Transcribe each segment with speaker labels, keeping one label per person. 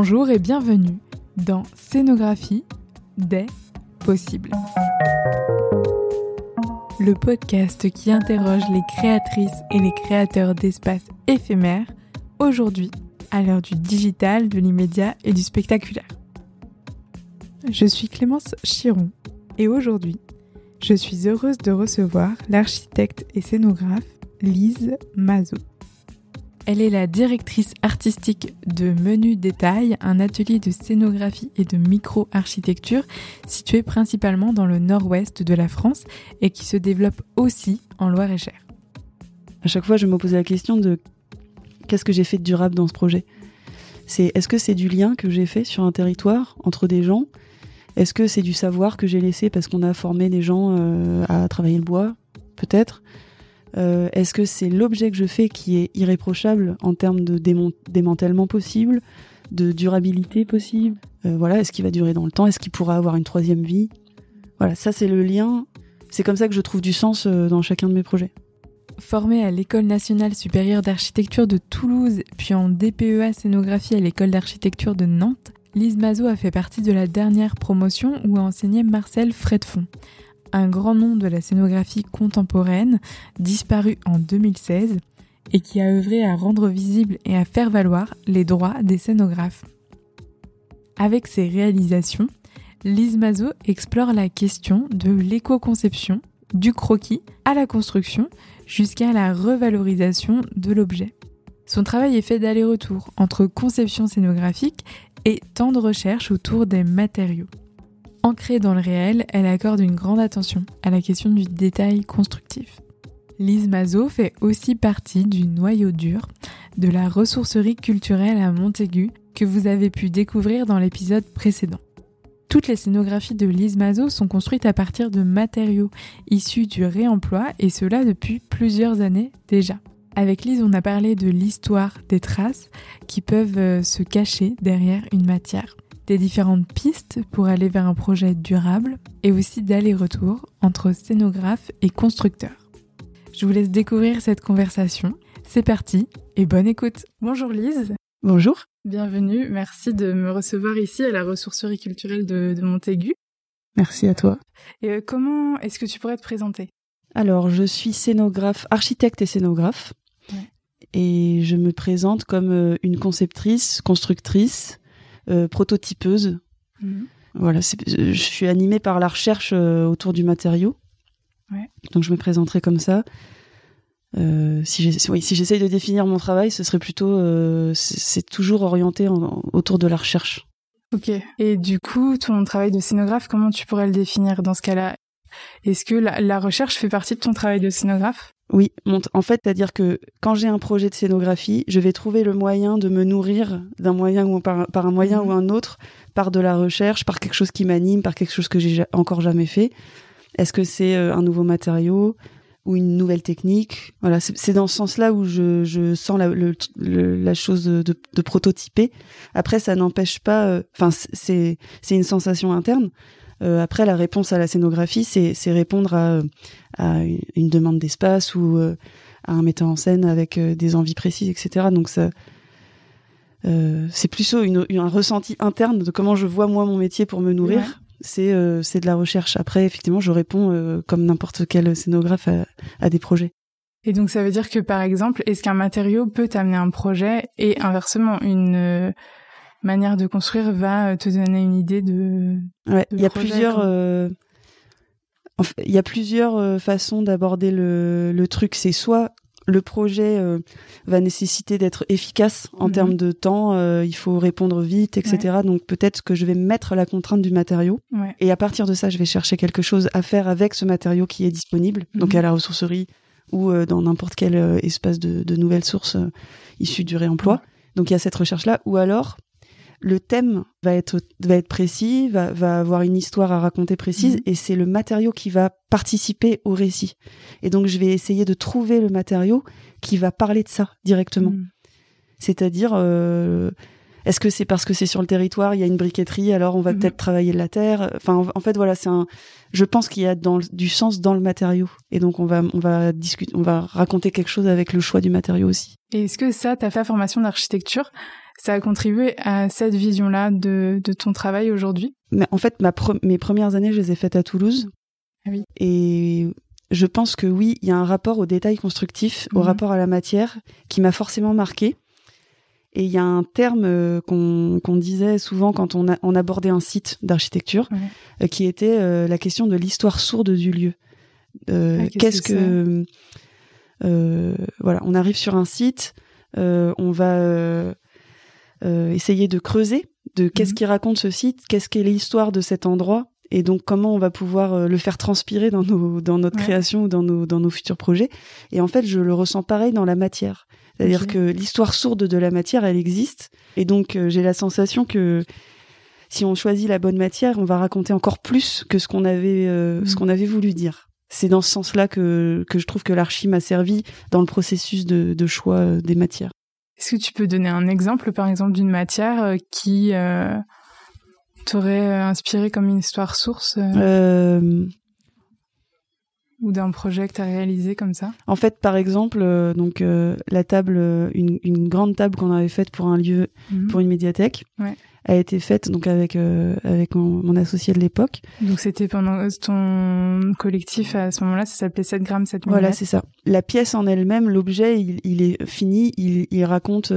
Speaker 1: Bonjour et bienvenue dans Scénographie des possibles. Le podcast qui interroge les créatrices et les créateurs d'espaces éphémères, aujourd'hui à l'heure du digital, de l'immédiat et du spectaculaire. Je suis Clémence Chiron et aujourd'hui, je suis heureuse de recevoir l'architecte et scénographe Lise Mazot. Elle est la directrice artistique de Menu Détail, un atelier de scénographie et de micro-architecture situé principalement dans le nord-ouest de la France et qui se développe aussi en Loir-et-Cher.
Speaker 2: À chaque fois, je me posais la question de qu'est-ce que j'ai fait de durable dans ce projet ? Est-ce que c'est du lien que j'ai fait sur un territoire entre des gens ? Est-ce que c'est du savoir que j'ai laissé parce qu'on a formé des gens à travailler le bois ? Peut-être. Est-ce que c'est l'objet que je fais qui est irréprochable en termes de démantèlement possible, de durabilité possible ? Est-ce qu'il va durer dans le temps ? Est-ce qu'il pourra avoir une troisième vie ? Voilà, ça c'est le lien. C'est comme ça que je trouve du sens dans chacun de mes projets.
Speaker 1: Formée à l'École nationale supérieure d'architecture de Toulouse, puis en DPEA scénographie à l'École d'architecture de Nantes, Lise Mazot a fait partie de la dernière promotion où a enseigné Marcel Fredfond, un grand nom de la scénographie contemporaine, disparu en 2016, et qui a œuvré à rendre visible et à faire valoir les droits des scénographes. Avec ses réalisations, Lise Mazot explore la question de l'éco-conception, du croquis à la construction, jusqu'à la revalorisation de l'objet. Son travail est fait d'aller-retour entre conception scénographique et temps de recherche autour des matériaux. Ancrée dans le réel, elle accorde une grande attention à la question du détail constructif. Lise Mazot fait aussi partie du noyau dur de la ressourcerie culturelle à Montaigu que vous avez pu découvrir dans l'épisode précédent. Toutes les scénographies de Lise Mazot sont construites à partir de matériaux issus du réemploi et cela depuis plusieurs années déjà. Avec Lise, on a parlé de l'histoire des traces qui peuvent se cacher derrière une matière, des différentes pistes pour aller vers un projet durable et aussi d'aller-retour entre scénographe et constructeur. Je vous laisse découvrir cette conversation. C'est parti et bonne écoute. Bonjour Lise.
Speaker 2: Bonjour.
Speaker 1: Bienvenue, merci de me recevoir ici à la ressourcerie culturelle de Montaigu.
Speaker 2: Merci à toi.
Speaker 1: Et comment est-ce que tu pourrais te présenter ?
Speaker 2: Alors, je suis scénographe, architecte et scénographe. Ouais. Et je me présente comme une conceptrice, constructrice, prototypeuse. Voilà, je suis animée par la recherche autour du matériau. Ouais. Donc je me présenterai comme ça. Si j'essaye de définir mon travail, ce serait plutôt c'est toujours orienté autour de la recherche.
Speaker 1: Ok. Et du coup, ton travail de scénographe, comment tu pourrais le définir dans ce cas-là ? Est-ce que la recherche fait partie de ton travail de scénographe ?
Speaker 2: Oui, en fait, c'est-à-dire que quand j'ai un projet de scénographie, je vais trouver le moyen de me nourrir d'un moyen ou par un moyen ou un autre, par de la recherche, par quelque chose qui m'anime, par quelque chose que j'ai encore jamais fait. Est-ce que c'est un nouveau matériau ou une nouvelle technique ? Voilà, c'est dans ce sens-là où je sens la chose de prototyper. Après, ça n'empêche pas... c'est une sensation interne. Après, la réponse à la scénographie, c'est répondre à une demande d'espace ou à un metteur en scène avec des envies précises, etc. Donc ça, c'est plutôt un ressenti interne de comment je vois moi mon métier pour me nourrir. Ouais. C'est de la recherche. Après, effectivement, je réponds comme n'importe quel scénographe à des projets.
Speaker 1: Et donc, ça veut dire que, par exemple, est-ce qu'un matériau peut t'amener un projet et inversement, une manière de construire va te donner une idée de
Speaker 2: il y a plusieurs façons d'aborder le truc. C'est soit le projet va nécessiter d'être efficace en termes de temps, il faut répondre vite, etc. Ouais. Donc peut-être que je vais mettre la contrainte du matériau. Ouais. Et à partir de ça, je vais chercher quelque chose à faire avec ce matériau qui est disponible, donc à la ressourcerie ou dans n'importe quel espace de nouvelles sources issues du réemploi. Donc il y a cette recherche-là. Ou alors, le thème va être précis, va avoir une histoire à raconter précise, et c'est le matériau qui va participer au récit. Et donc, je vais essayer de trouver le matériau qui va parler de ça directement. C'est-à-dire, est-ce que c'est parce que c'est sur le territoire, il y a une briqueterie, alors on va peut-être travailler la terre. Enfin, en fait, voilà, je pense qu'il y a du sens dans le matériau. Et donc, on va discuter, on va raconter quelque chose avec le choix du matériau aussi.
Speaker 1: Et est-ce que ça, ta formation d'architecture, ça a contribué à cette vision-là de ton travail aujourd'hui?
Speaker 2: Mais en fait, mes premières années, je les ai faites à Toulouse.
Speaker 1: Ah oui.
Speaker 2: Et je pense que oui, il y a un rapport au détail constructif, au rapport à la matière, qui m'a forcément marquée. Et il y a un terme qu'on disait souvent quand on abordait un site d'architecture, qui était la question de l'histoire sourde du lieu. Qu'est-ce que voilà, on arrive sur un site, on va essayer de creuser de qu'est-ce qui raconte ce site, qu'est-ce qu'est l'histoire de cet endroit, et donc comment on va pouvoir le faire transpirer dans notre création ou dans nos futurs projets. Et en fait, je le ressens pareil dans la matière. C'est-à-dire que l'histoire sourde de la matière, elle existe. Et donc, j'ai la sensation que si on choisit la bonne matière, on va raconter encore plus que ce qu'on avait voulu dire. C'est dans ce sens-là que je trouve que l'archi m'a servi dans le processus de choix des matières.
Speaker 1: Est-ce que tu peux donner un exemple, par exemple, d'une matière qui t'aurait inspiré comme une histoire source ou d'un projet que tu as réalisé comme ça? En
Speaker 2: fait, par exemple, la table, une grande table qu'on avait faite pour un lieu, pour une médiathèque, a été faite donc avec mon associé de l'époque. Donc
Speaker 1: c'était pendant ton collectif à ce moment-là, ça s'appelait 7 grammes 7 mm.
Speaker 2: Voilà, c'est ça. La pièce en elle-même, l'objet, il est fini, il raconte...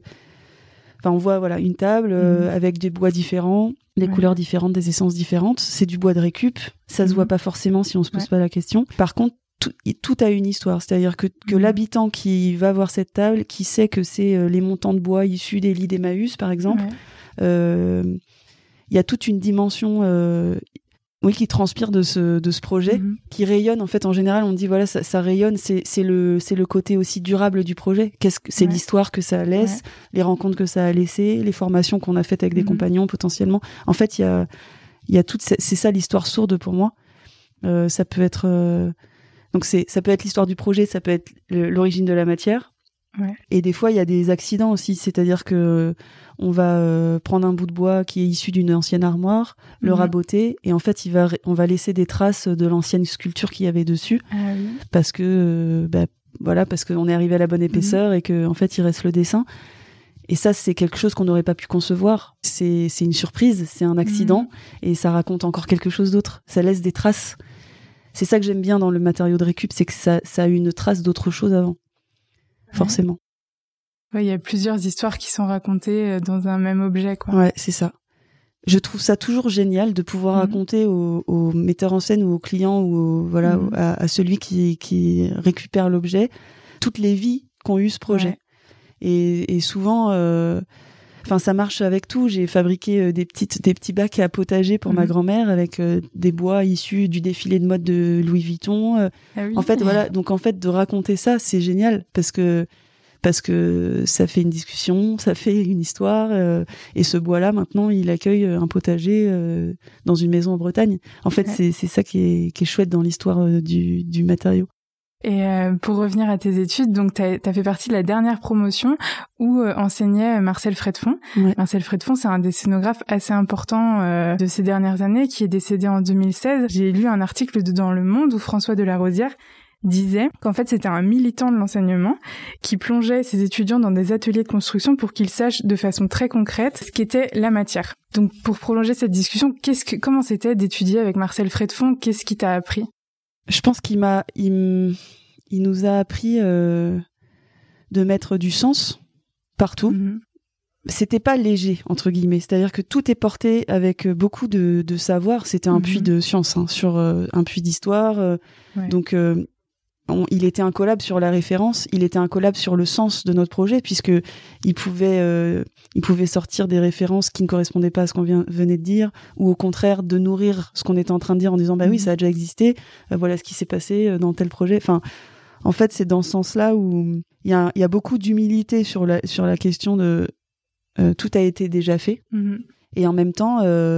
Speaker 2: on voit une table avec des bois différents, des couleurs différentes, des essences différentes. C'est du bois de récup. Ça se voit pas forcément si on se pose pas la question. Par contre, tout a une histoire. C'est-à-dire que l'habitant qui va voir cette table, qui sait que c'est les montants de bois issus des lits d'Emmaüs, par exemple, il y a toute une dimension qui transpire de ce projet, qui rayonne. En fait, en général, on dit voilà, ça rayonne. C'est le côté aussi durable du projet. C'est l'histoire que ça laisse, les rencontres que ça a laissées, les formations qu'on a faites avec des compagnons potentiellement. En fait, il y a toute c'est ça l'histoire sourde pour moi. Ça peut être ça peut être l'histoire du projet, ça peut être l'origine de la matière. Et des fois, il y a des accidents aussi, c'est-à-dire que on va prendre un bout de bois qui est issu d'une ancienne armoire, le raboter, et en fait, on va laisser des traces de l'ancienne sculpture qu'il y avait dessus, parce que parce qu'on est arrivé à la bonne épaisseur et que en fait, il reste le dessin. Et ça, c'est quelque chose qu'on n'aurait pas pu concevoir. C'est une surprise, c'est un accident, et ça raconte encore quelque chose d'autre. Ça laisse des traces. C'est ça que j'aime bien dans le matériau de récup, c'est que ça a une trace d'autre chose avant. Forcément.
Speaker 1: Il y a plusieurs histoires qui sont racontées dans un même objet, quoi.
Speaker 2: Ouais, c'est ça. Je trouve ça toujours génial de pouvoir raconter au metteur en scène ou au client ou à celui qui récupère l'objet toutes les vies qu'ont eu ce projet. Et souvent, ça marche avec tout. J'ai fabriqué des petits bacs à potager pour ma grand-mère avec des bois issus du défilé de mode de Louis Vuitton. En fait, donc en fait, de raconter ça, c'est génial parce que ça fait une discussion, ça fait une histoire. Et ce bois-là, maintenant, il accueille un potager dans une maison en Bretagne. En fait, c'est ça qui est chouette dans l'histoire du matériau.
Speaker 1: Et pour revenir à tes études, donc t'as fait partie de la dernière promotion où enseignait Marcel Fredfond. Marcel Fredfond, c'est un des scénographes assez importants de ces dernières années, qui est décédé en 2016. J'ai lu un article dans Le Monde où François Delarosière disait qu'en fait c'était un militant de l'enseignement qui plongeait ses étudiants dans des ateliers de construction pour qu'ils sachent de façon très concrète ce qu'était la matière. Donc pour prolonger cette discussion, comment c'était d'étudier avec Marcel Fredfond? Qu'est-ce qui t'a appris?
Speaker 2: Je pense qu'il nous a appris de mettre du sens partout. C'était pas léger, entre guillemets. C'est-à-dire que tout est porté avec beaucoup de savoir. C'était un puits de science, sur un puits d'histoire. Donc, il était incollable sur la référence. Il était incollable sur le sens de notre projet, puisque il pouvait sortir des références qui ne correspondaient pas à ce qu'on venait de dire, ou au contraire de nourrir ce qu'on était en train de dire en disant oui, ça a déjà existé. Voilà ce qui s'est passé dans tel projet. Enfin, en fait, c'est dans ce sens-là où il y a beaucoup d'humilité sur la question de tout a été déjà fait, et en même temps,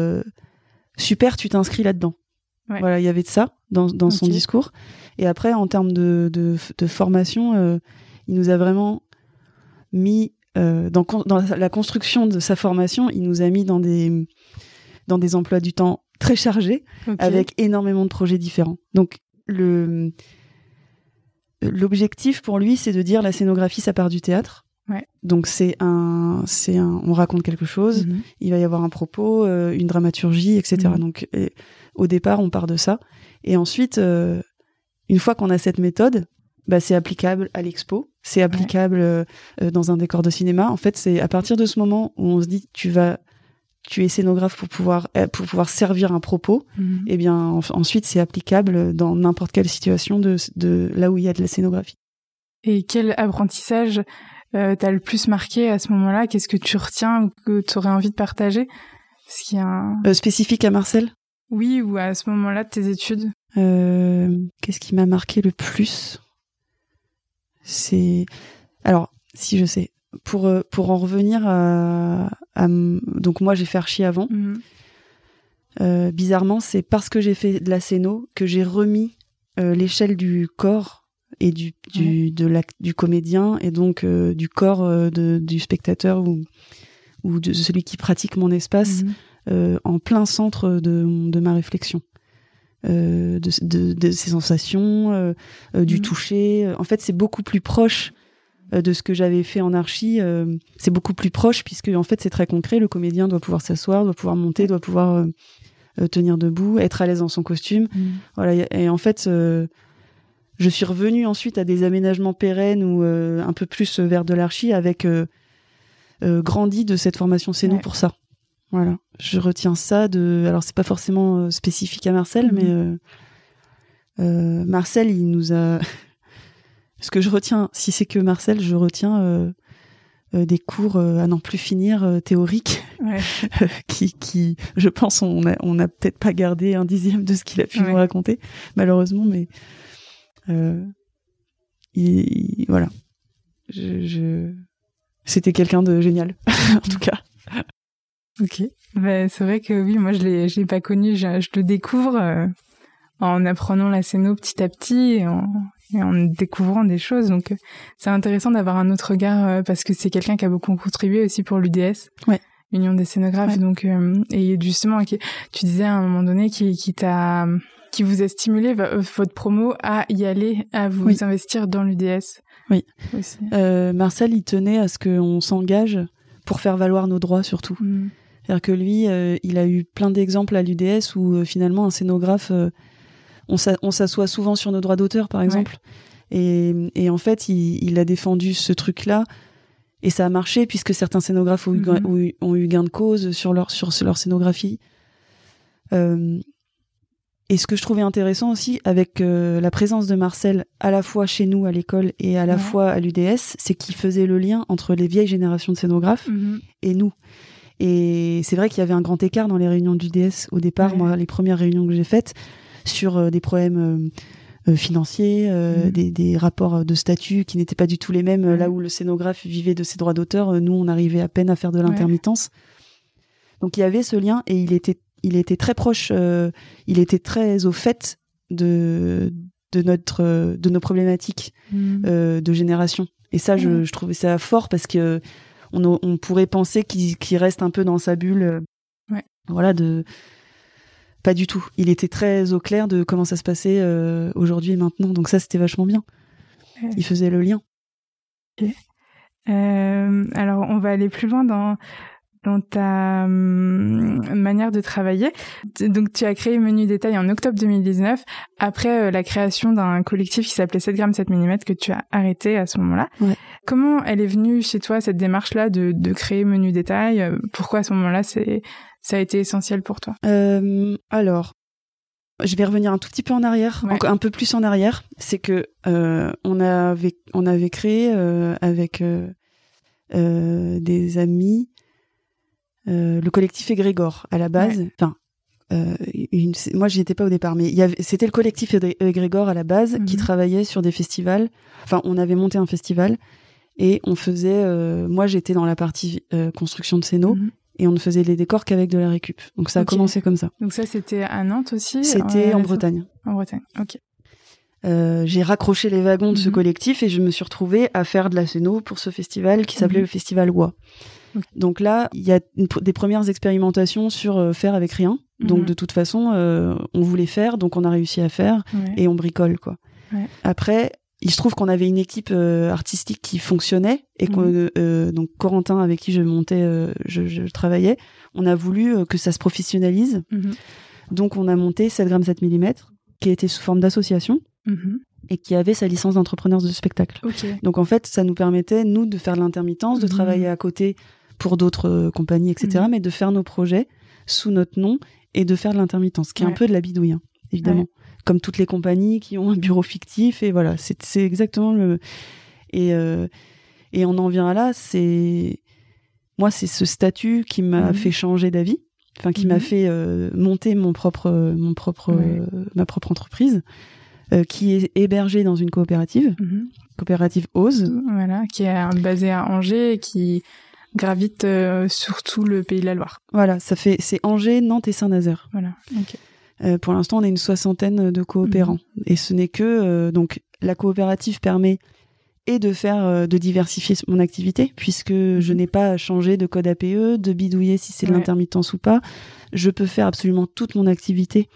Speaker 2: super, tu t'inscris là-dedans. Voilà, il y avait de ça dans son discours. Et après, en termes de formation, il nous a vraiment mis dans la construction de sa formation, il nous a mis dans des emplois du temps très chargés, avec énormément de projets différents. Donc l'objectif pour lui, c'est de dire la scénographie, ça part du théâtre.
Speaker 1: Ouais.
Speaker 2: Donc on raconte quelque chose, il va y avoir un propos, une dramaturgie, etc. Donc au départ, on part de ça. Et ensuite, une fois qu'on a cette méthode, c'est applicable à l'expo, c'est applicable dans un décor de cinéma. En fait, c'est à partir de ce moment où on se dit tu es scénographe pour pouvoir servir un propos, et bien ensuite c'est applicable dans n'importe quelle situation de là où il y a de la scénographie.
Speaker 1: Et quel apprentissage t'as le plus marqué à ce moment-là? Qu'est-ce que tu retiens ou que tu aurais envie de partager? Est-ce qu'il y a
Speaker 2: spécifique à Marcel?
Speaker 1: Oui, ou à ce moment-là de tes études.
Speaker 2: Qu'est-ce qui m'a marqué le plus? Alors, si je sais, pour en revenir donc moi j'ai fait archi avant. Bizarrement, c'est parce que j'ai fait de la scéno que j'ai remis l'échelle du corps et du comédien, et donc du corps du spectateur ou de celui qui pratique mon espace en plein centre de ma réflexion. De ces sensations, du toucher. En fait, c'est beaucoup plus proche de ce que j'avais fait en archi. C'est beaucoup plus proche puisque en fait, c'est très concret. Le comédien doit pouvoir s'asseoir, doit pouvoir monter, doit pouvoir tenir debout, être à l'aise dans son costume. Voilà. Et en fait, je suis revenue ensuite à des aménagements pérennes ou un peu plus vers de l'archi avec grandi de cette formation scéno pour ça. Voilà, je retiens ça alors c'est pas forcément spécifique à Marcel, mais Marcel, il nous a. Ce que je retiens, si c'est que Marcel, je retiens des cours à n'en plus finir théoriques, qui, je pense, on a peut-être pas gardé un dixième de ce qu'il a pu nous raconter, malheureusement, mais voilà, c'était quelqu'un de génial, en tout cas.
Speaker 1: Ok, c'est vrai que oui, moi je l'ai pas connu, je le découvre en apprenant la scéno petit à petit et en découvrant des choses. Donc c'est intéressant d'avoir un autre regard parce que c'est quelqu'un qui a beaucoup contribué aussi pour l'UDS, Union des scénographes. Donc et justement, tu disais à un moment donné qui vous a stimulé votre promo à y aller, à vous investir dans l'UDS. Oui. Aussi.
Speaker 2: Marcel, il tenait à ce qu'on s'engage pour faire valoir nos droits surtout. C'est-à-dire que lui, il a eu plein d'exemples à l'UDS où finalement un scénographe, on s'assoit souvent sur nos droits d'auteur, par exemple. Et en fait, il a défendu ce truc-là et ça a marché puisque certains scénographes ont eu gain de cause sur leur scénographie. Et ce que je trouvais intéressant aussi avec la présence de Marcel à la fois chez nous à l'école et à la fois à l'UDS, c'est qu'il faisait le lien entre les vieilles générations de scénographes et nous. Et c'est vrai qu'il y avait un grand écart dans les réunions du DS au départ. Moi, les premières réunions que j'ai faites sur des problèmes financiers, des rapports de statut qui n'étaient pas du tout les mêmes. Là où le scénographe vivait de ses droits d'auteur, nous, on arrivait à peine à faire de l'intermittence. Donc il y avait ce lien et il était très proche, il était très au fait de nos problématiques de génération. Et ça, je trouvais ça fort parce que on pourrait penser qu'il reste un peu dans sa bulle. Voilà, pas du tout. Il était très au clair de comment ça se passait aujourd'hui et maintenant. Donc ça, c'était vachement bien. Il faisait le lien.
Speaker 1: Okay. Alors, on va aller plus loin dans ta manière de travailler. Donc, tu as créé Menu Détail en octobre 2019, après la création d'un collectif qui s'appelait 7 grammes 7 mm que tu as arrêté à ce moment-là. Comment elle est venue chez toi, cette démarche-là de créer Menu Détail? Pourquoi à ce moment-là, ça a été essentiel pour toi?
Speaker 2: Alors, je vais revenir un tout petit peu en arrière, un peu plus en arrière. C'est que on avait créé avec des amis le collectif Égrégore à la base. Enfin, moi j'y étais pas au départ, mais c'était le collectif Égrégore à la base qui travaillait sur des festivals. Enfin, on avait monté un festival et on faisait. Moi, j'étais dans la partie construction de scéno. Et on ne faisait les décors qu'avec de la récup. Donc ça a commencé comme ça.
Speaker 1: Donc ça, c'était à Nantes aussi?
Speaker 2: C'était en Bretagne.
Speaker 1: En Bretagne, ok.
Speaker 2: J'ai raccroché les wagons de ce collectif et je me suis retrouvée à faire de la scéno pour ce festival qui s'appelait le Festival WA. Donc là, il y a des premières expérimentations sur faire avec rien. Donc de toute façon, on voulait faire, donc on a réussi à faire et on bricole, quoi. Après, il se trouve qu'on avait une équipe artistique qui fonctionnait et donc Corentin avec qui je travaillais, on a voulu que ça se professionnalise. Donc on a monté 7 grammes 7 mm qui était sous forme d'association et qui avait sa licence d'entrepreneur de spectacle. Donc en fait ça nous permettait nous de faire de l'intermittence, de travailler à côté pour d'autres compagnies, etc. Mais de faire nos projets sous notre nom et de faire de l'intermittence, qui est un peu de la bidouille, hein, évidemment. Comme toutes les compagnies qui ont un bureau fictif, et voilà, c'est exactement le... Et on en vient à là, moi, c'est ce statut qui m'a fait changer d'avis, enfin, qui m'a fait monter ma propre entreprise, qui est hébergée dans une coopérative, coopérative OSE.
Speaker 1: Voilà, qui est basée à Angers et qui gravite sur tout le Pays de la Loire.
Speaker 2: Voilà, c'est Angers, Nantes et Saint-Nazaire.
Speaker 1: Voilà, ok.
Speaker 2: Pour l'instant, on est une 60aine de coopérants. Et ce n'est que... donc, la coopérative permet de diversifier mon activité, puisque je n'ai pas changé de code APE, de bidouiller si c'est de l'intermittence ou pas. Je peux faire absolument toutes mes activités,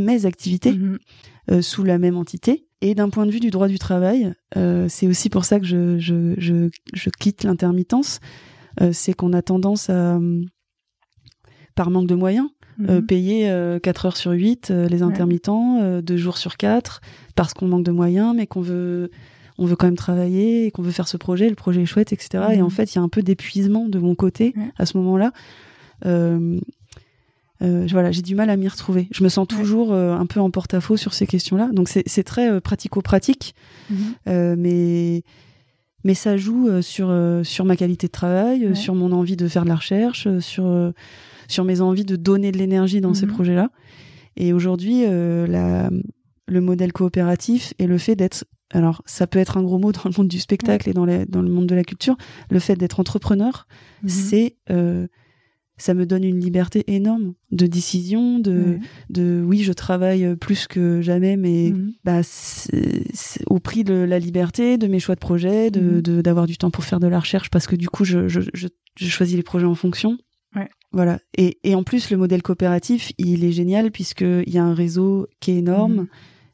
Speaker 2: sous la même entité. Et d'un point de vue du droit du travail, c'est aussi pour ça que je quitte l'intermittence. C'est qu'on a tendance à, par manque de moyens, payer 4 heures sur 8 les intermittents, 2 jours sur 4, parce qu'on manque de moyens, mais qu'on veut quand même travailler et qu'on veut faire ce projet, le projet est chouette, etc. Et en fait, il y a un peu d'épuisement de mon côté à ce moment-là. Voilà, j'ai du mal à m'y retrouver. Je me sens toujours un peu en porte-à-faux sur ces questions-là. Donc c'est très pratico-pratique, mais ça joue sur ma qualité de travail, sur mon envie de faire de la recherche, sur mes envies de donner de l'énergie dans ces projets-là. Et aujourd'hui, le modèle coopératif et le fait d'être... Alors, ça peut être un gros mot dans le monde du spectacle et dans le monde de la culture. Le fait d'être entrepreneur, ça me donne une liberté énorme de décision, oui, je travaille plus que jamais, mais c'est au prix de la liberté, de mes choix de projet, d'avoir du temps pour faire de la recherche, parce que du coup, je choisis les projets en fonction. Voilà. Et en plus, le modèle coopératif, il est génial puisqu'il y a un réseau qui est énorme,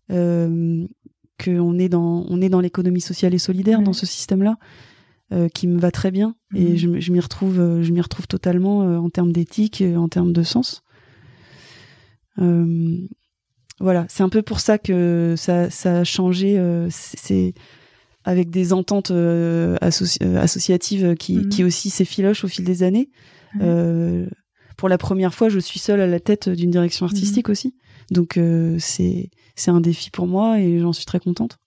Speaker 2: qu'on est dans l'économie sociale et solidaire dans ce système-là, qui me va très bien. Et je m'y retrouve totalement en termes d'éthique, en termes de sens. Voilà. C'est un peu pour ça que ça a changé. C'est avec des ententes associatives qui aussi s'effilochent au fil des années. Pour la première fois, je suis seule à la tête d'une direction artistique aussi. Donc c'est un défi pour moi et j'en suis très contente.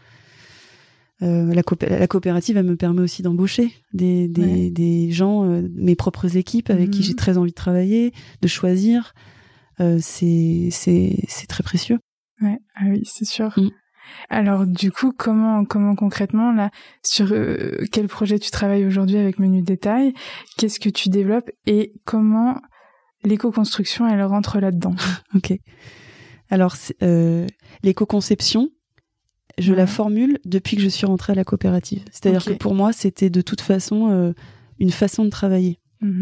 Speaker 2: La coopérative, elle me permet aussi d'embaucher des gens, mes propres équipes avec qui j'ai très envie de travailler, de choisir. C'est très précieux.
Speaker 1: Ouais, ah oui, c'est sûr. Alors du coup, comment concrètement là, sur quel projet tu travailles aujourd'hui avec Menu Détail, qu'est-ce que tu développes et comment l'éco-construction elle rentre là-dedans?
Speaker 2: Ok. Alors l'éco-conception, je la formule depuis que je suis rentrée à la coopérative. C'est-à-dire que pour moi, c'était de toute façon une façon de travailler.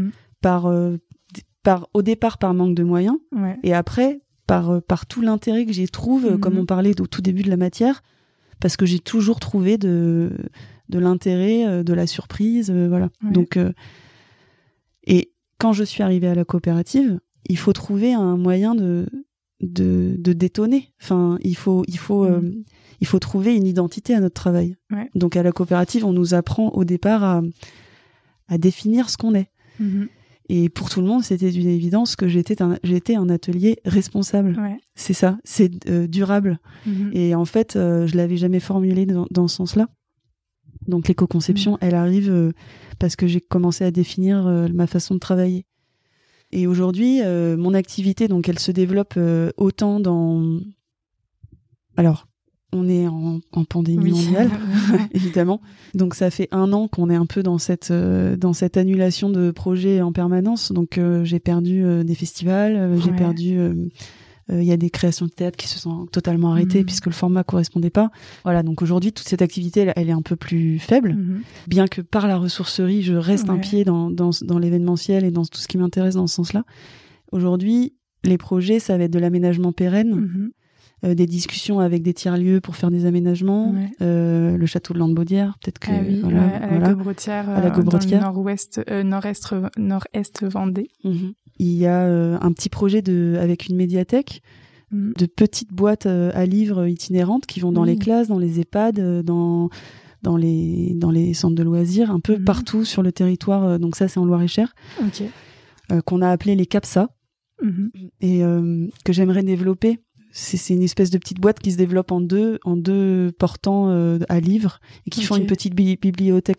Speaker 2: Au départ par manque de moyens et après par tout l'intérêt que j'y trouve, comme on parlait au tout début de la matière, parce que j'ai toujours trouvé de l'intérêt, de la surprise, voilà. Donc, et quand je suis arrivée à la coopérative, il faut trouver un moyen de détonner. Enfin, il faut trouver une identité à notre travail. Donc, à la coopérative, on nous apprend au départ à définir ce qu'on est. Et pour tout le monde, c'était d'une évidence que j'étais un atelier responsable. C'est ça, c'est durable. Et en fait, je l'avais jamais formulé dans ce sens-là. Donc l'éco-conception, elle arrive parce que j'ai commencé à définir ma façon de travailler. Et aujourd'hui, mon activité, donc, elle se développe autant dans... Alors, on est en pandémie mondiale, évidemment. Donc, ça fait 1 an qu'on est un peu dans cette annulation de projets en permanence. Donc, j'ai perdu des festivals, j'ai perdu... Il y a des créations de théâtre qui se sont totalement arrêtées puisque le format correspondait pas. Voilà, donc aujourd'hui, toute cette activité, elle est un peu plus faible. Bien que par la ressourcerie, je reste un pied dans l'événementiel et dans tout ce qui m'intéresse dans ce sens-là. Aujourd'hui, les projets, ça va être de l'aménagement pérenne, des discussions avec des tiers-lieux pour faire des aménagements, le château de Landebaudière, peut-être que
Speaker 1: à la Gobrotière, dans le nord-est Vendée.
Speaker 2: Il y a un petit projet avec une médiathèque, de petites boîtes à livres itinérantes qui vont dans les classes, dans les EHPAD, dans les centres de loisirs, un peu partout sur le territoire. Donc ça, c'est en Loir-et-Cher, qu'on a appelé les CAPSA, et que j'aimerais développer. C'est une espèce de petite boîte qui se développe en deux portants à livres et qui font une petite bibliothèque.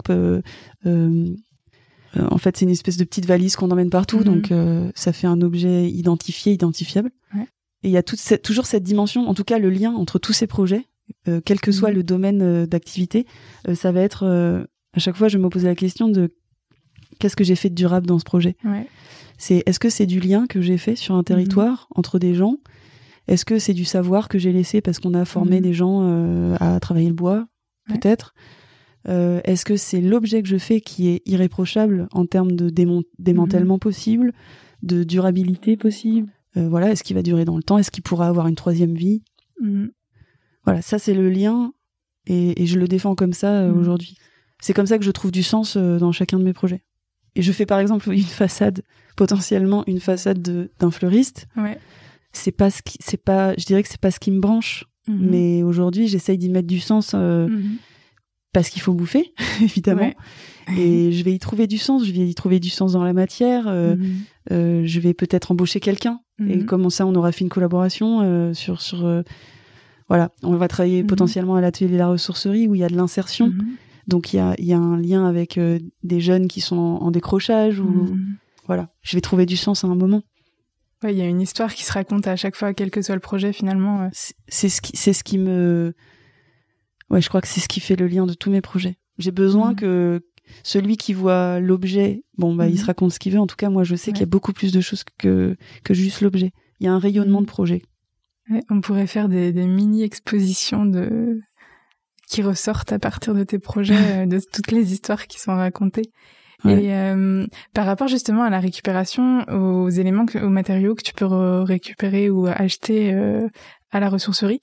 Speaker 2: En fait, c'est une espèce de petite valise qu'on emmène partout, donc ça fait un objet identifiable. Et il y a toujours cette dimension, en tout cas le lien entre tous ces projets, quel que soit le domaine d'activité, ça va être... à chaque fois, je me pose la question de qu'est-ce que j'ai fait de durable dans ce projet. Est-ce que c'est du lien que j'ai fait sur un territoire entre des gens ? Est-ce que c'est du savoir que j'ai laissé parce qu'on a formé des gens à travailler le bois, peut-être ? Est-ce que c'est l'objet que je fais qui est irréprochable en termes de démantèlement possible, de durabilité possible ? Est-ce qu'il va durer dans le temps ? Est-ce qu'il pourra avoir une troisième vie ? Voilà, ça c'est le lien et je le défends comme ça aujourd'hui. C'est comme ça que je trouve du sens dans chacun de mes projets. Et je fais par exemple potentiellement une façade d'un fleuriste. Je dirais que c'est pas ce qui me branche, mais aujourd'hui j'essaye d'y mettre du sens parce qu'il faut bouffer, évidemment, et je vais y trouver du sens. Je vais y trouver du sens dans la matière. Je vais peut-être embaucher quelqu'un, et comme ça on aura fait une collaboration sur voilà, on va travailler potentiellement à l'atelier de la ressourcerie où il y a de l'insertion. Donc il y a un lien avec des jeunes qui sont en décrochage ou voilà, je vais trouver du sens à un moment.
Speaker 1: Il y a une histoire qui se raconte à chaque fois, quel que soit le projet, finalement.
Speaker 2: C'est ce qui me... Ouais, je crois que c'est ce qui fait le lien de tous mes projets. J'ai besoin que celui qui voit l'objet, il se raconte ce qu'il veut. En tout cas, moi, je sais qu'il y a beaucoup plus de choses que juste l'objet. Il y a un rayonnement de projet.
Speaker 1: On pourrait faire des mini-expositions qui ressortent à partir de tes projets, de toutes les histoires qui sont racontées. Et par rapport justement à la récupération, aux éléments, aux matériaux que tu peux récupérer ou acheter à la ressourcerie,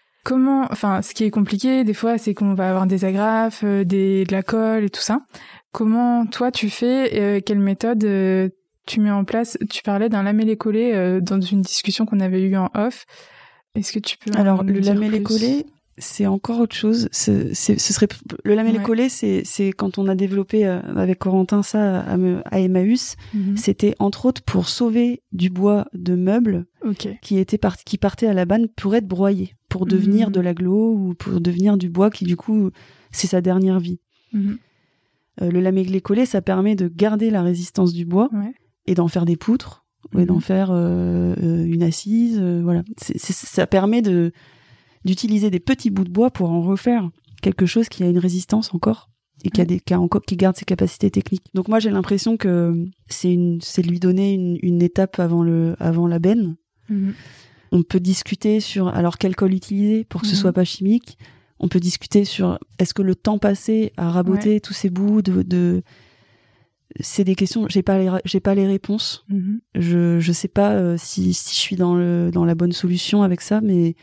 Speaker 1: ce qui est compliqué des fois, c'est qu'on va avoir des agrafes, de la colle et tout ça. Comment toi tu fais, quelle méthode tu mets en place? Tu parlais d'un lamellé-collé dans une discussion qu'on avait eue en off. Est-ce que tu peux
Speaker 2: Alors le lamellé-collé, c'est encore autre chose. Le lamellé-collé, c'est quand on a développé avec Corentin ça à Emmaüs. C'était entre autres pour sauver du bois de meubles qui partait à la banne pour être broyé, pour devenir de l'agglo ou pour devenir du bois qui du coup c'est sa dernière vie. Le lamellé-collé, ça permet de garder la résistance du bois et d'en faire des poutres et d'en faire une assise. Voilà, ça permet d'utiliser des petits bouts de bois pour en refaire quelque chose qui a une résistance encore et qui garde ses capacités techniques. Donc moi j'ai l'impression que c'est de lui donner une étape avant la benne. On peut discuter sur alors quelle colle utiliser pour que ce soit pas chimique. On peut discuter sur est-ce que le temps passé à raboter tous ces bouts c'est des questions, j'ai pas les réponses. Je sais pas si je suis dans la bonne solution avec ça, mais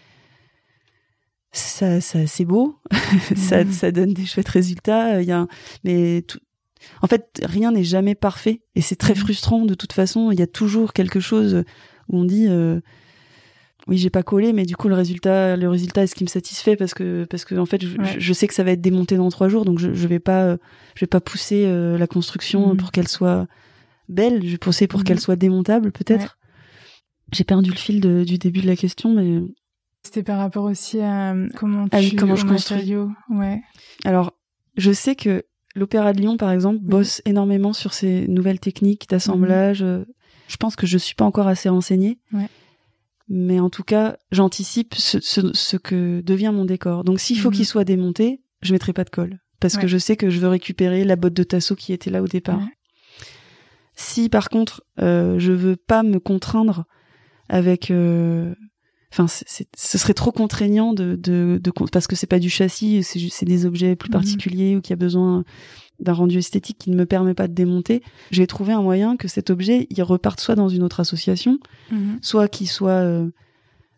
Speaker 2: ça c'est beau. ça donne des chouettes résultats. En fait, rien n'est jamais parfait et c'est très frustrant de toute façon. Il y a toujours quelque chose où on dit oui, j'ai pas collé, mais du coup le résultat est ce qui me satisfait parce que en fait je sais que ça va être démonté dans 3 jours, donc je vais pas pousser la construction pour qu'elle soit belle. Je vais pousser pour qu'elle soit démontable peut-être. J'ai perdu le fil du début de la question, mais
Speaker 1: c'était par rapport aussi à comment je construis.
Speaker 2: Alors je sais que l'Opéra de Lyon par exemple bosse énormément sur ces nouvelles techniques d'assemblage. Je pense que je suis pas encore assez renseignée. Mais en tout cas, j'anticipe ce que devient mon décor. Donc s'il faut qu'il soit démonté, je mettrai pas de colle. Parce que je sais que je veux récupérer la botte de tasseau qui était là au départ. Si par contre, je veux pas me contraindre avec... ce serait trop contraignant parce que c'est pas du châssis, c'est des objets plus particuliers ou qui a besoin d'un rendu esthétique qui ne me permet pas de démonter. Je vais trouver un moyen que cet objet il reparte soit dans une autre association, soit qu'il soit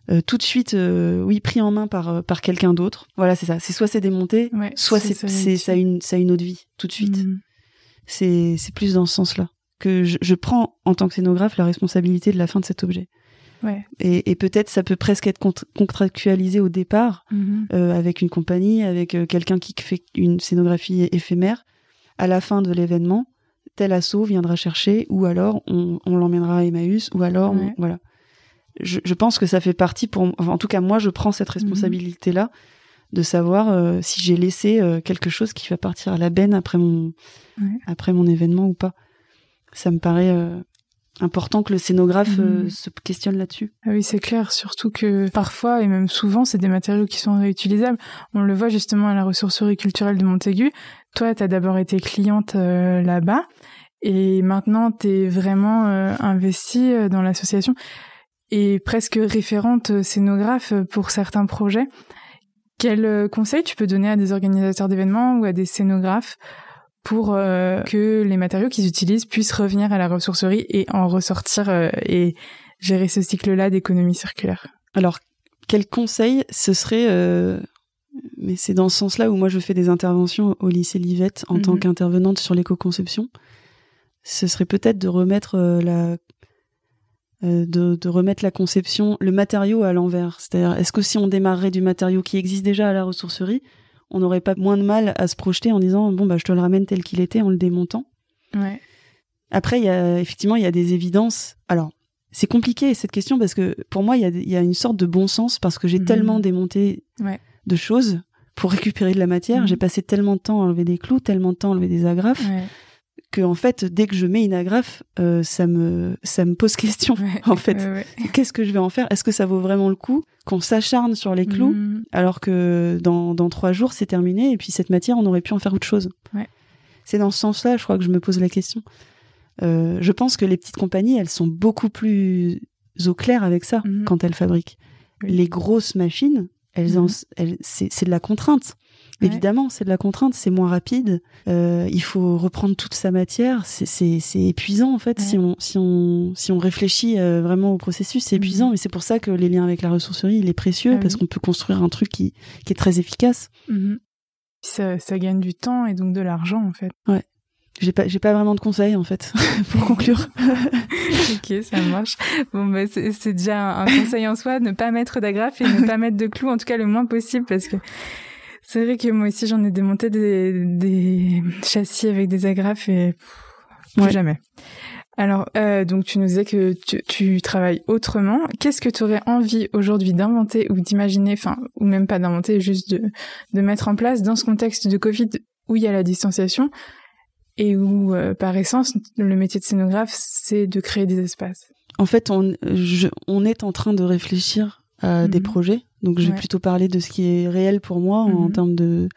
Speaker 2: tout de suite pris en main par quelqu'un d'autre. Voilà, c'est ça. C'est démonté, soit ça a une autre vie tout de suite. C'est plus dans ce sens-là que je prends en tant que scénographe la responsabilité de la fin de cet objet.
Speaker 1: Ouais.
Speaker 2: Et peut-être ça peut presque être contractualisé au départ avec une compagnie, avec quelqu'un qui fait une scénographie éphémère. À la fin de l'événement, tel asso viendra chercher, ou alors on l'emmènera à Emmaüs, ou alors voilà. Je pense que ça fait partie en tout cas moi je prends cette responsabilité là de savoir si j'ai laissé quelque chose qui va partir à la benne après mon événement ou pas. Ça me paraît important que le scénographe se questionne là-dessus.
Speaker 1: Ah oui, c'est clair, surtout que parfois, et même souvent, c'est des matériaux qui sont réutilisables. On le voit justement à la ressourcerie culturelle de Montaigu. Toi, t'as d'abord été cliente là-bas, et maintenant, t'es vraiment investie dans l'association, et presque référente scénographe pour certains projets. Quel conseil tu peux donner à des organisateurs d'événements ou à des scénographes pour que les matériaux qu'ils utilisent puissent revenir à la ressourcerie et en ressortir et gérer ce cycle-là d'économie circulaire?
Speaker 2: Alors, quel conseil ce serait mais c'est dans ce sens-là où moi je fais des interventions au lycée Livette en tant qu'intervenante sur l'éco-conception. Ce serait peut-être de remettre de remettre la conception, le matériau à l'envers. C'est-à-dire, est-ce que si on démarrerait du matériau qui existe déjà à la ressourcerie, on n'aurait pas moins de mal à se projeter en disant je te le ramène tel qu'il était en le démontant.
Speaker 1: Ouais.
Speaker 2: Après, il y a des évidences. Alors, c'est compliqué cette question parce que pour moi, il y a une sorte de bon sens parce que j'ai tellement démonté de choses pour récupérer de la matière. J'ai passé tellement de temps à enlever des clous, tellement de temps à enlever des agrafes que en fait, dès que je mets une agrafe, ça me pose question. En fait, qu'est-ce que je vais en faire? Est-ce que ça vaut vraiment le coup qu'on s'acharne sur les clous alors que dans 3 jours c'est terminé et puis cette matière on aurait pu en faire autre chose. C'est dans ce sens-là, je crois que je me pose la question. Je pense que les petites compagnies, elles sont beaucoup plus au clair avec ça quand elles fabriquent. Les grosses machines, c'est de la contrainte. Évidemment, c'est de la contrainte, c'est moins rapide. Il faut reprendre toute sa matière. C'est épuisant en fait si on réfléchit vraiment au processus, c'est épuisant. Mais c'est pour ça que les liens avec la ressourcerie, il est précieux parce qu'on peut construire un truc qui est très efficace.
Speaker 1: Ça gagne du temps et donc de l'argent en fait.
Speaker 2: Ouais. J'ai pas vraiment de conseils en fait pour conclure.
Speaker 1: Ok, ça marche. Bon c'est déjà un conseil en soi, ne pas mettre d'agrafe et ne pas mettre de clous, en tout cas le moins possible, parce que c'est vrai que moi aussi j'en ai démonté des châssis avec des agrafes et plus jamais. Alors donc tu nous disais que tu travailles autrement. Qu'est-ce que tu aurais envie aujourd'hui d'inventer ou d'imaginer, ou même pas d'inventer, juste de mettre en place dans ce contexte de Covid où il y a la distanciation et où par essence le métier de scénographe c'est de créer des espaces?
Speaker 2: En fait, on est en train de réfléchir à des projets. Donc, je vais plutôt parler de ce qui est réel pour moi en termes de...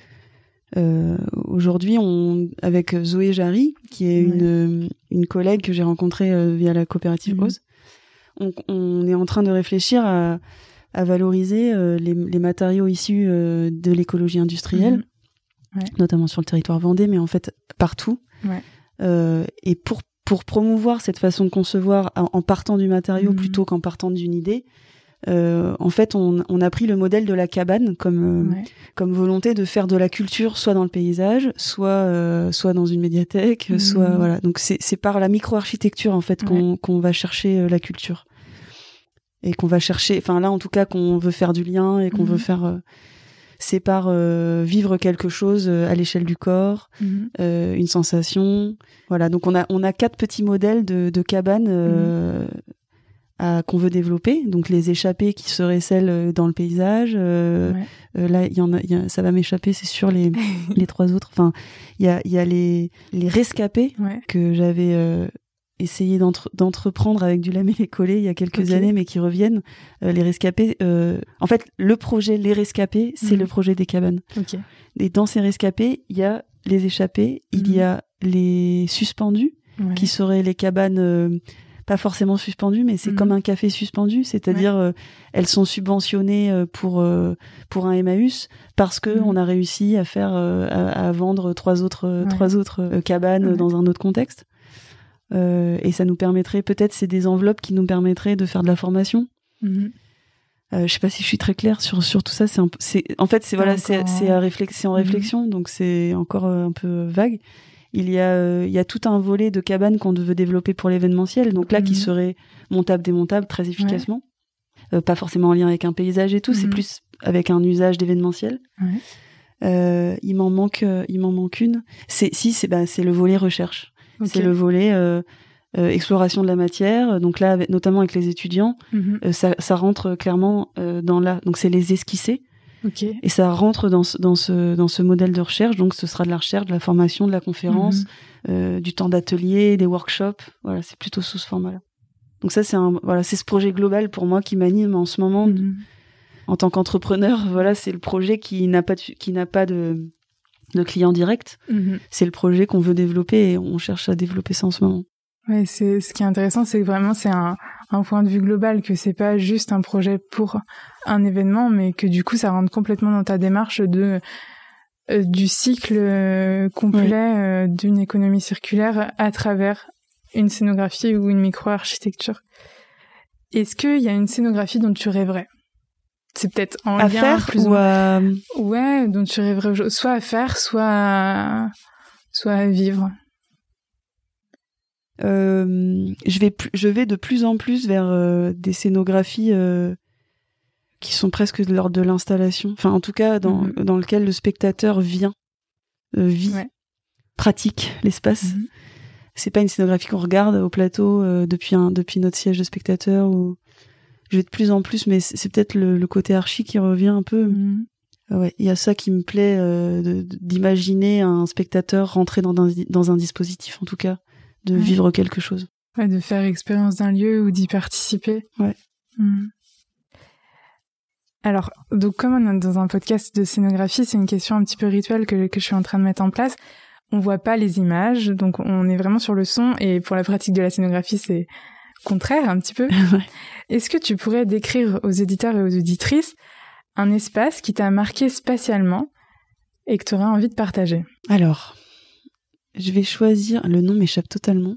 Speaker 2: aujourd'hui, avec Zoé Jarry, qui est une collègue que j'ai rencontrée via la coopérative Ose, on est en train de réfléchir à valoriser les matériaux issus de l'écologie industrielle, notamment sur le territoire vendée, mais en fait partout. Et pour promouvoir cette façon de concevoir en partant du matériau plutôt qu'en partant d'une idée, en fait, on a pris le modèle de la cabane comme volonté de faire de la culture, soit dans le paysage, soit dans une médiathèque, soit voilà. Donc c'est par la micro-architecture en fait qu'on va chercher la culture et qu'on va chercher. Enfin là, en tout cas, qu'on veut faire du lien et qu'on veut faire. C'est par vivre quelque chose à l'échelle du corps, une sensation. Voilà. Donc on a 4 petits modèles de cabane. Qu'on veut développer, donc les échappées qui seraient celles dans le paysage. Là, il y a, ça va m'échapper, c'est sûr, les 3 autres. Enfin, il y a les rescapés que j'avais essayé d'entreprendre avec du lamellé-collé il y a quelques années, mais qui reviennent. Les rescapés, en fait, le projet Les Rescapés, c'est le projet des cabanes. Et dans ces rescapés, il y a les échappés, il y a les suspendus, qui seraient les cabanes... pas forcément suspendues, mais c'est comme un café suspendu, c'est-à-dire elles sont subventionnées pour un Emmaüs parce que on a réussi à faire à vendre 3 autres cabanes dans un autre contexte. Et ça nous permettrait, peut-être c'est des enveloppes qui nous permettraient de faire de la formation. Je sais pas si je suis très claire sur tout ça. C'est en réflexion, donc c'est encore un peu vague. Il y a tout un volet de cabanes qu'on veut développer pour l'événementiel, donc là qui serait montable, démontable très efficacement. Pas forcément en lien avec un paysage et tout, c'est plus avec un usage d'événementiel. Il m'en manque une. C'est le volet recherche. Okay. C'est le volet exploration de la matière. Donc là, notamment avec les étudiants, ça rentre clairement dans là. Donc c'est les esquisser.
Speaker 1: Okay.
Speaker 2: Et ça rentre dans ce modèle de recherche. Donc ce sera de la recherche, de la formation, de la conférence, du temps d'atelier, des workshops. Voilà, c'est plutôt sous ce format-là. Donc ça, c'est ce projet global pour moi qui m'anime en ce moment. En tant qu'entrepreneur, voilà, c'est le projet qui n'a pas de client direct. C'est le projet qu'on veut développer et on cherche à développer ça en ce moment.
Speaker 1: Ouais, ce qui est intéressant, c'est que vraiment c'est un point de vue global, que c'est pas juste un projet pour un événement, mais que du coup ça rentre complètement dans ta démarche du cycle complet d'une économie circulaire à travers une scénographie ou une micro-architecture. Est-ce qu'il y a une scénographie dont tu rêverais ? C'est peut-être en
Speaker 2: à
Speaker 1: lien
Speaker 2: faire
Speaker 1: plus
Speaker 2: ou à...
Speaker 1: Ouais, dont tu rêverais soit à faire, soit à vivre.
Speaker 2: Je vais de plus en plus vers des scénographies qui sont presque de l'ordre de l'installation. Enfin, en tout cas, dans lequel le spectateur vit, pratique l'espace. C'est pas une scénographie qu'on regarde au plateau depuis notre siège de spectateur. Je vais de plus en plus, mais c'est peut-être le côté archi qui revient un peu. Ouais, il y a ça qui me plaît, d'imaginer un spectateur rentrer dans un dispositif, en tout cas, de vivre quelque chose.
Speaker 1: Ouais, de faire l'expérience d'un lieu ou d'y participer.
Speaker 2: Ouais.
Speaker 1: Alors, donc comme on est dans un podcast de scénographie, c'est une question un petit peu rituelle que je suis en train de mettre en place. On voit pas les images, donc on est vraiment sur le son, et pour la pratique de la scénographie, c'est contraire un petit peu. Est-ce que tu pourrais décrire aux éditeurs et aux auditrices un espace qui t'a marqué spatialement et que tu aurais envie de partager ?
Speaker 2: Alors, je vais choisir... Le nom m'échappe totalement.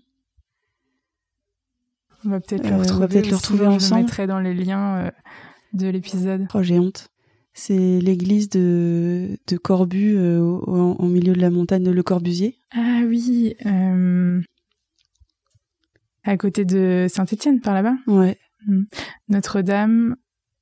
Speaker 1: On va peut-être le retrouver ensemble. Je le mettrai dans les liens de l'épisode.
Speaker 2: Oh, j'ai honte. C'est l'église de Corbu au milieu de la montagne de Le Corbusier.
Speaker 1: Ah oui, à côté de Saint-Étienne, par là-bas.
Speaker 2: Ouais.
Speaker 1: Notre-Dame.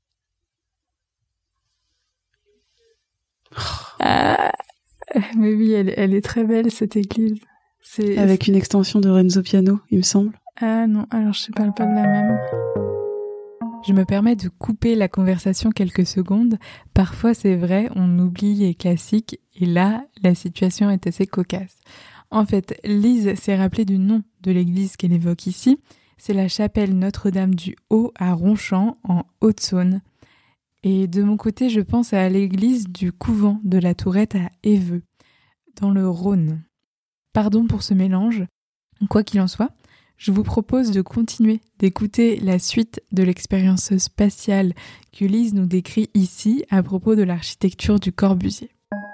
Speaker 1: Ah, mais oui, elle est très belle, cette église.
Speaker 2: Avec une extension de Renzo Piano, il me semble.
Speaker 1: Ah non, alors je ne parle pas de la même. Je me permets de couper la conversation quelques secondes. Parfois, c'est vrai, on oublie les classiques, et là, la situation est assez cocasse. En fait, Lise s'est rappelée du nom de l'église qu'elle évoque ici. C'est la chapelle Notre-Dame du Haut à Ronchamp, en Haute-Saône. Et de mon côté, je pense à l'église du couvent de la Tourette à Éveux, dans le Rhône. Pardon pour ce mélange. Quoi qu'il en soit, je vous propose de continuer d'écouter la suite de l'expérience spatiale que Lise nous décrit ici à propos de l'architecture du Corbusier.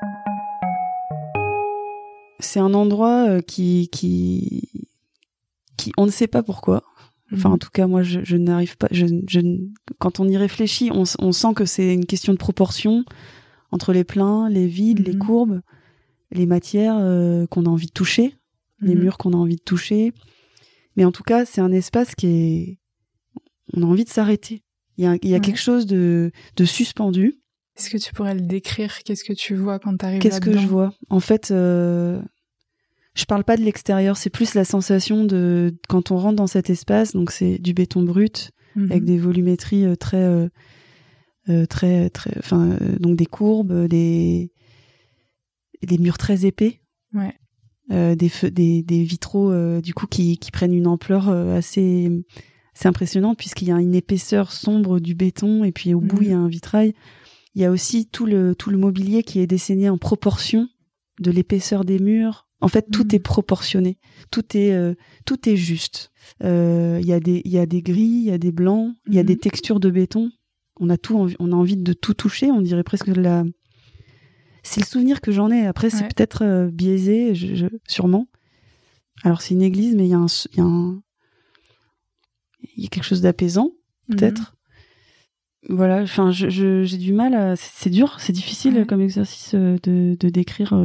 Speaker 2: C'est un endroit qui on ne sait pas pourquoi. Enfin, en tout cas, moi, je n'arrive pas. Quand on y réfléchit, on sent que c'est une question de proportion entre les pleins, les vides, les courbes, les matières qu'on a envie de toucher, les murs qu'on a envie de toucher. Mais en tout cas, c'est un espace on a envie de s'arrêter. Il y a quelque chose de suspendu.
Speaker 1: Est-ce que tu pourrais le décrire ? Qu'est-ce que tu vois quand tu arrives
Speaker 2: là-dedans ? Qu'est-ce que je vois ? En fait, je parle pas de l'extérieur, c'est plus la sensation de quand on rentre dans cet espace. Donc c'est du béton brut avec des volumétries très, donc des courbes, des murs très épais.
Speaker 1: Ouais.
Speaker 2: Des vitraux du coup qui prennent une ampleur assez impressionnante, puisqu'il y a une épaisseur sombre du béton et puis au bout il y a un vitrail. Il y a aussi tout le mobilier qui est dessiné en proportion de l'épaisseur des murs. En fait, tout est proportionné, tout est juste. Il y a des gris, il y a des blancs, il y a des textures de béton. On a envie de tout toucher. On dirait presque c'est le souvenir que j'en ai. Après, c'est peut-être biaisé, sûrement. Alors, c'est une église, mais il y a quelque chose d'apaisant, peut-être. Voilà, enfin, j'ai du mal à... C'est dur, c'est difficile comme exercice de décrire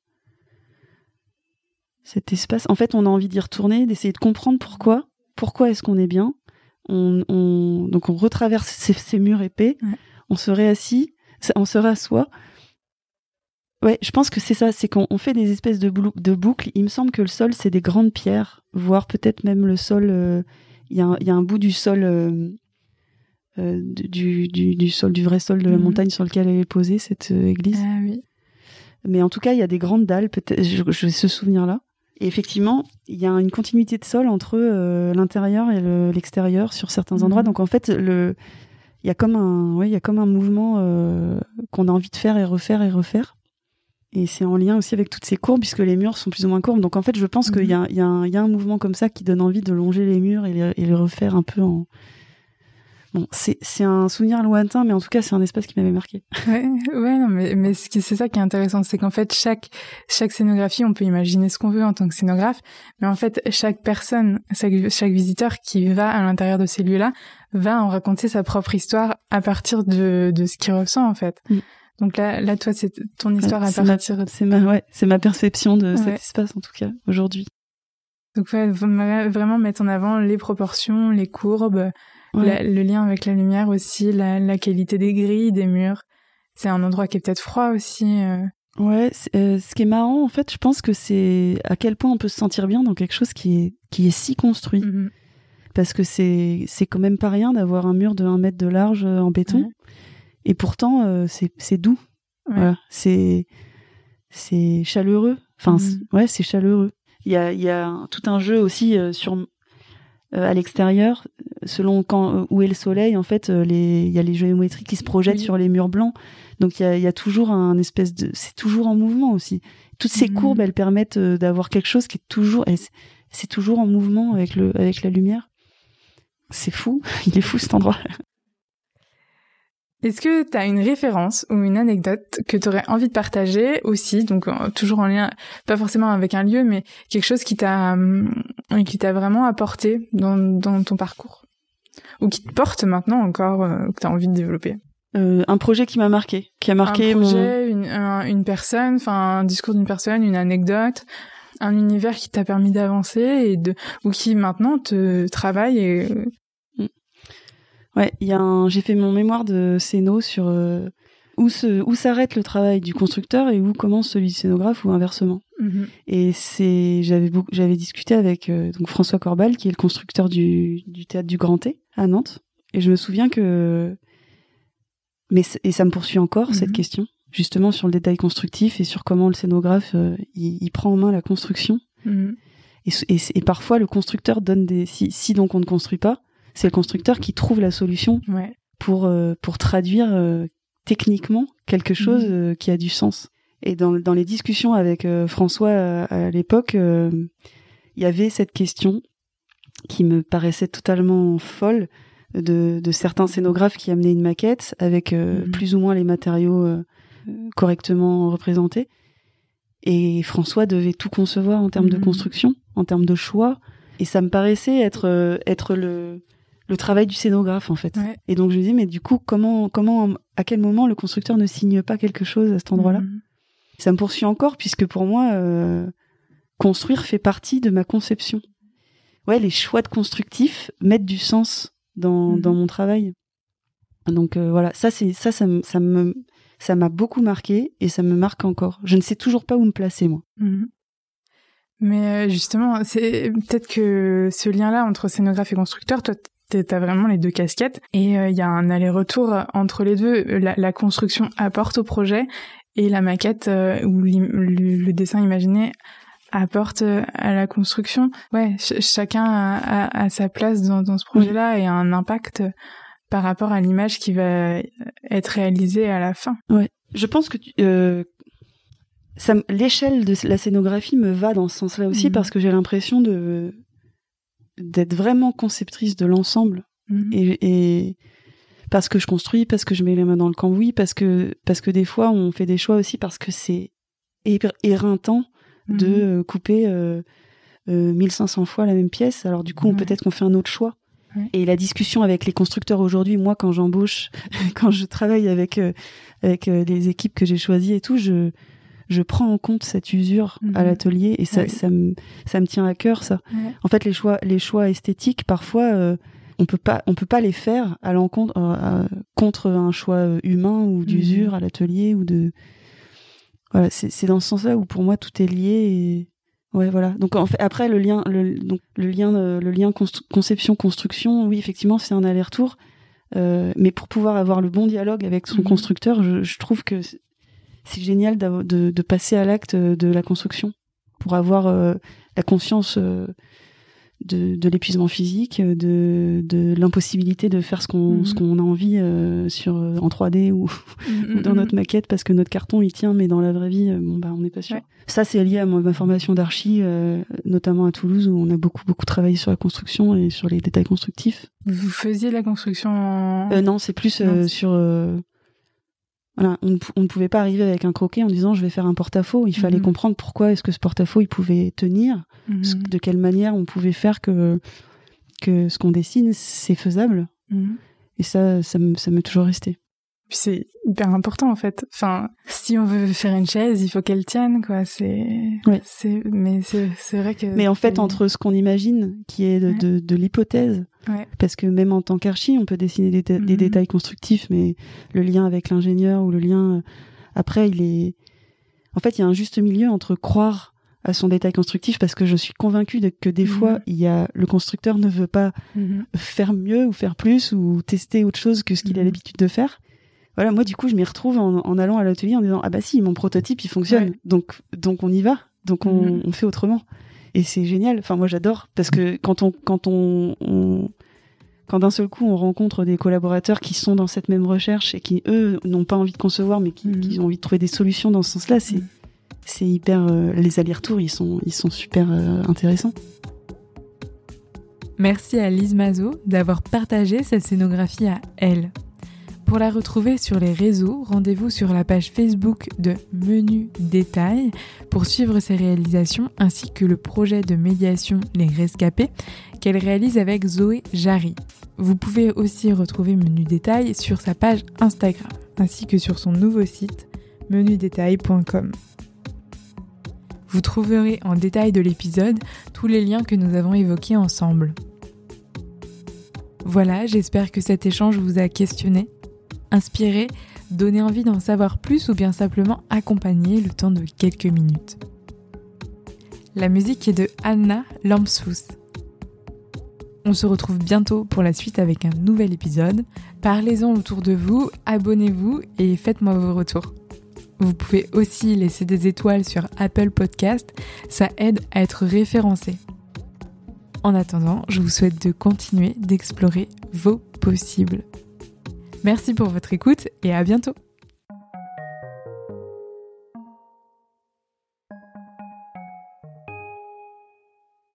Speaker 2: cet espace. En fait, on a envie d'y retourner, d'essayer de comprendre pourquoi est-ce qu'on est bien. Donc on retraverse ces murs épais, on se réassit, on se rassoit. Ouais, je pense que c'est ça, c'est qu'on fait des espèces de boucles. Il me semble que le sol, c'est des grandes pierres, voire peut-être même le sol. Il y a un bout du sol, du vrai sol de la montagne sur lequel elle est posée, cette église.
Speaker 1: Ah oui.
Speaker 2: Mais en tout cas, il y a des grandes dalles, peut-être, j'ai ce souvenir-là. Et effectivement, il y a une continuité de sol entre l'intérieur et l'extérieur sur certains endroits. Donc en fait, il y a comme un mouvement qu'on a envie de faire et refaire et refaire. Et c'est en lien aussi avec toutes ces courbes, puisque les murs sont plus ou moins courbes. Donc en fait, je pense qu'il y a un mouvement comme ça qui donne envie de longer les murs et les refaire un peu en... Bon, c'est un souvenir lointain, mais en tout cas, c'est un espace qui m'avait marqué.
Speaker 1: Ouais, non, mais c'est ça qui est intéressant, c'est qu'en fait, chaque scénographie, on peut imaginer ce qu'on veut en tant que scénographe, mais en fait, chaque personne, chaque visiteur qui va à l'intérieur de ces lieux-là, va en raconter sa propre histoire à partir de ce qu'il ressent, en fait. Donc là, toi, c'est ton histoire à partir...
Speaker 2: C'est ma perception de cet espace, en tout cas, aujourd'hui.
Speaker 1: Donc, vraiment mettre en avant les proportions, les courbes, le lien avec la lumière aussi, la qualité des grilles, des murs. C'est un endroit qui est peut-être froid aussi.
Speaker 2: Ouais, ce qui est marrant, en fait, je pense que c'est à quel point on peut se sentir bien dans quelque chose qui est si construit. Parce que c'est quand même pas rien d'avoir un mur de 1 mètre de large en béton. Et pourtant, c'est doux. Voilà, c'est chaleureux. Enfin, c'est chaleureux. Il y a tout un jeu aussi à l'extérieur, selon où est le soleil. En fait, il y a les géométries qui se projettent sur les murs blancs. Donc il y a toujours un espèce de... C'est toujours en mouvement aussi. Toutes ces courbes, elles permettent d'avoir quelque chose qui est toujours... C'est toujours en mouvement avec la lumière. C'est fou. Il est fou cet endroit.
Speaker 1: Est-ce que tu as une référence ou une anecdote que tu aurais envie de partager aussi, donc toujours en lien, pas forcément avec un lieu, mais quelque chose qui t'a vraiment apporté dans ton parcours ou qui te porte maintenant encore, que tu as envie de développer?
Speaker 2: Un projet qui m'a marqué,
Speaker 1: un projet, une personne, enfin un discours d'une personne, une anecdote, un univers qui t'a permis d'avancer ou qui maintenant te travaille et...
Speaker 2: Ouais, j'ai fait mon mémoire de scéno sur où s'arrête le travail du constructeur et où commence celui du scénographe ou inversement. Et j'avais discuté avec donc François Corbal, qui est le constructeur du théâtre du Grand T à Nantes, et je me souviens que et ça me poursuit encore cette question, justement sur le détail constructif et sur comment le scénographe il prend en main la construction. Et parfois le constructeur donne si donc on ne construit pas, c'est le constructeur qui trouve la solution pour traduire techniquement quelque chose qui a du sens. Et dans les discussions avec François à l'époque, il y avait cette question qui me paraissait totalement folle de certains scénographes qui amenaient une maquette avec plus ou moins les matériaux correctement représentés. Et François devait tout concevoir en termes de construction, en termes de choix. Et ça me paraissait être le travail du scénographe, en fait. Et donc je me dis, mais du coup, à quel moment le constructeur ne signe pas quelque chose à cet endroit-là? Ça me poursuit encore, puisque pour moi, construire fait partie de ma conception. Ouais, les choix de constructifs mettent du sens dans mon travail. Donc voilà, ça m'a beaucoup marqué et ça me marque encore. Je ne sais toujours pas où me placer, moi.
Speaker 1: Mais justement, c'est peut-être que ce lien-là entre scénographe et constructeur, toi, t'as vraiment les deux casquettes et il y a un aller-retour entre les deux. La construction apporte au projet et la maquette ou le dessin imaginé apporte à la construction. Ouais, chacun a sa place dans ce projet-là et a un impact par rapport à l'image qui va être réalisée à la fin.
Speaker 2: Ouais, je pense que l'échelle de la scénographie me va dans ce sens-là aussi parce que j'ai l'impression d'être vraiment conceptrice de l'ensemble et parce que je construis, parce que je mets les mains dans le cambouis, parce que des fois on fait des choix aussi parce que c'est éreintant de couper 1500 fois la même pièce, alors du coup peut-être qu'on fait un autre choix.
Speaker 1: Ouais.
Speaker 2: Et la discussion avec les constructeurs aujourd'hui, moi, quand j'embauche, quand je travaille avec les équipes que j'ai choisies et tout, je prends en compte cette usure à l'atelier et ça me tient à cœur, ça.
Speaker 1: Ouais.
Speaker 2: En fait, les choix esthétiques, parfois, on peut pas les faire à l'encontre, contre un choix humain ou d'usure à l'atelier ou de. Voilà, c'est dans ce sens-là où pour moi tout est lié et. Ouais, voilà. Donc en fait, après le lien conception-construction, oui, effectivement, c'est un aller-retour. Mais pour pouvoir avoir le bon dialogue avec son constructeur, je trouve que c'est génial de passer à l'acte de la construction pour avoir la conscience de l'épuisement physique, de l'impossibilité de faire ce qu'on a envie en 3D ou dans notre maquette parce que notre carton il tient, mais dans la vraie vie, on n'est pas sûr. Ouais. Ça, c'est lié à ma formation d'archi, notamment à Toulouse où on a beaucoup travaillé sur la construction et sur les détails constructifs.
Speaker 1: Vous faisiez la construction
Speaker 2: Non, c'est plus sur... Voilà, on ne pouvait pas arriver avec un croquet en disant je vais faire un porte-à-faux. Il fallait comprendre pourquoi est-ce que ce porte-à-faux il pouvait tenir, de quelle manière on pouvait faire que ce qu'on dessine c'est faisable. Et ça m'est toujours resté.
Speaker 1: Puis c'est hyper important en fait. Enfin, si on veut faire une chaise, il faut qu'elle tienne quoi. Mais c'est vrai que.
Speaker 2: Mais en fait, entre ce qu'on imagine, qui est de l'hypothèse, parce que même en tant qu'archi, on peut dessiner des détails constructifs, mais le lien avec l'ingénieur ou le lien après, en fait, il y a un juste milieu entre croire à son détail constructif, parce que je suis convaincue que des fois, le constructeur ne veut pas faire mieux ou faire plus ou tester autre chose que ce qu'il a l'habitude de faire. Voilà, moi du coup je m'y retrouve en allant à l'atelier en disant ah bah si, mon prototype il fonctionne, donc on y va, donc on fait autrement et c'est génial. Enfin moi j'adore parce que quand d'un seul coup on rencontre des collaborateurs qui sont dans cette même recherche et qui eux n'ont pas envie de concevoir mais qui ont envie de trouver des solutions dans ce sens-là, c'est hyper les allers-retours ils sont super intéressants.
Speaker 1: Merci à Lise Mazot d'avoir partagé cette scénographie à elle. Pour la retrouver sur les réseaux, rendez-vous sur la page Facebook de Menu Détail pour suivre ses réalisations ainsi que le projet de médiation Les Rescapés qu'elle réalise avec Zoé Jarry. Vous pouvez aussi retrouver Menu Détail sur sa page Instagram ainsi que sur son nouveau site menudétail.com. Vous trouverez en détail de l'épisode tous les liens que nous avons évoqués ensemble. Voilà, j'espère que cet échange vous a questionné, inspiré, donné envie d'en savoir plus ou bien simplement accompagné le temps de quelques minutes. La musique est de Anna Lampsous. On se retrouve bientôt pour la suite avec un nouvel épisode. Parlez-en autour de vous, abonnez-vous et faites-moi vos retours. Vous pouvez aussi laisser des étoiles sur Apple Podcast, ça aide à être référencé. En attendant, je vous souhaite de continuer d'explorer vos possibles. Merci pour votre écoute et à bientôt.